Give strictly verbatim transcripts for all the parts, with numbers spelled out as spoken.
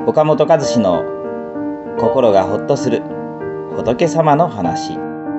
岡本和志の心がほっとする仏様の話。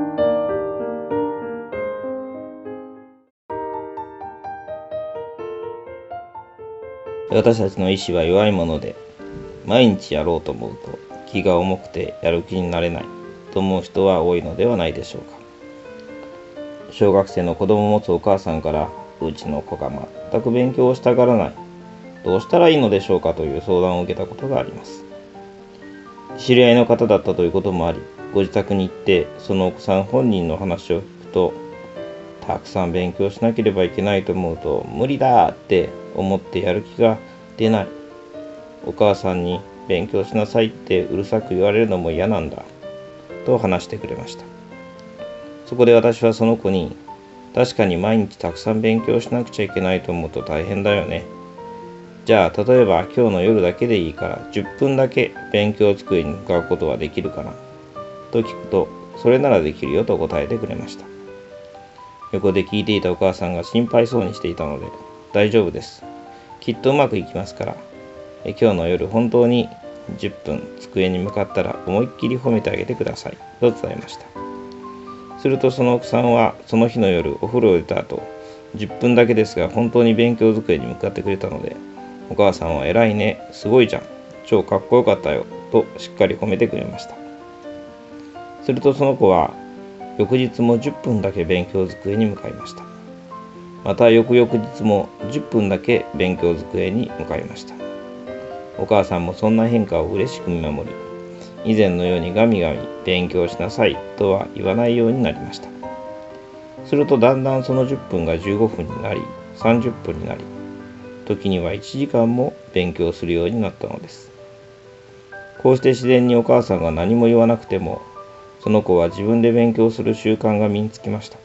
私たちの意志は弱いもので、毎日やろうと思うと気が重くてやる気になれないと思う人は多いのではないでしょうか。小学生の子供を持つお母さんから、うちの子が全く勉強をしたがらない、どうしたらいいのでしょうかという相談を受けたことがあります。知り合いの方だったということもあり、ご自宅に行ってその奥さん本人の話を聞くと、たくさん勉強しなければいけないと思うと無理だって思ってやる気が出ない。お母さんに勉強しなさいってうるさく言われるのも嫌なんだと話してくれました。そこで私はその子に、確かに毎日たくさん勉強しなくちゃいけないと思うと大変だよね。じゃあ例えば今日の夜だけでいいからじゅっぷんだけ勉強机に向かうことはできるかなと聞くと、それならできるよと答えてくれました。横で聞いていたお母さんが心配そうにしていたので、大丈夫です。きっとうまくいきますから。え今日の夜本当にじゅっぷん机に向かったら思いっきり褒めてあげてくださいと伝えました。するとその奥さんはその日の夜お風呂を出た後、じゅっぷんだけですが本当に勉強机に向かってくれたので、お母さんは偉いね、すごいじゃん、超かっこよかったよとしっかり褒めてくれました。するとその子は翌日もじゅっぷんだけ勉強机に向かいました。また翌々日もじゅっぷんだけ勉強机に向かいました。お母さんもそんな変化を嬉しく見守り、以前のようにガミガミ勉強しなさいとは言わないようになりました。するとだんだんそのじゅっぷんがじゅうごふんになり、さんじゅっぷんになり、時にはいちじかんも勉強するようになったのです。こうして自然にお母さんが何も言わなくても、その子は自分で勉強する習慣が身につきました。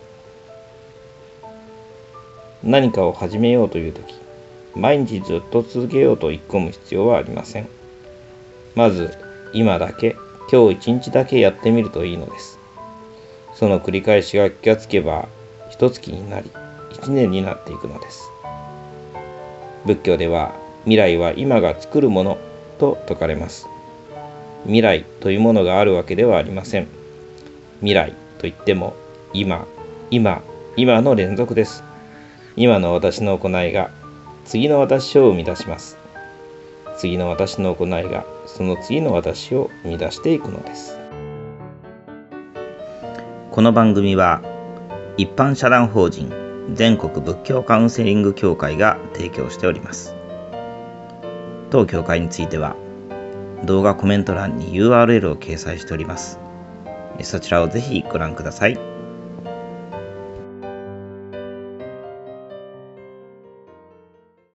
何かを始めようというとき、毎日ずっと続けようと意気込む必要はありません。まず今だけ、今日一日だけやってみるといいのです。その繰り返しが気がつけば一月になり、一年になっていくのです。仏教では未来は今が作るものと説かれます。未来というものがあるわけではありません。未来といっても今、今、今の連続です。今の私の行いが次の私を生み出します。次の私の行いがその次の私を生み出していくのです。この番組は一般社団法人全国仏教カウンセリング協会が提供しております。当協会については動画コメント欄に ユーアールエル を掲載しております。そちらをぜひご覧ください。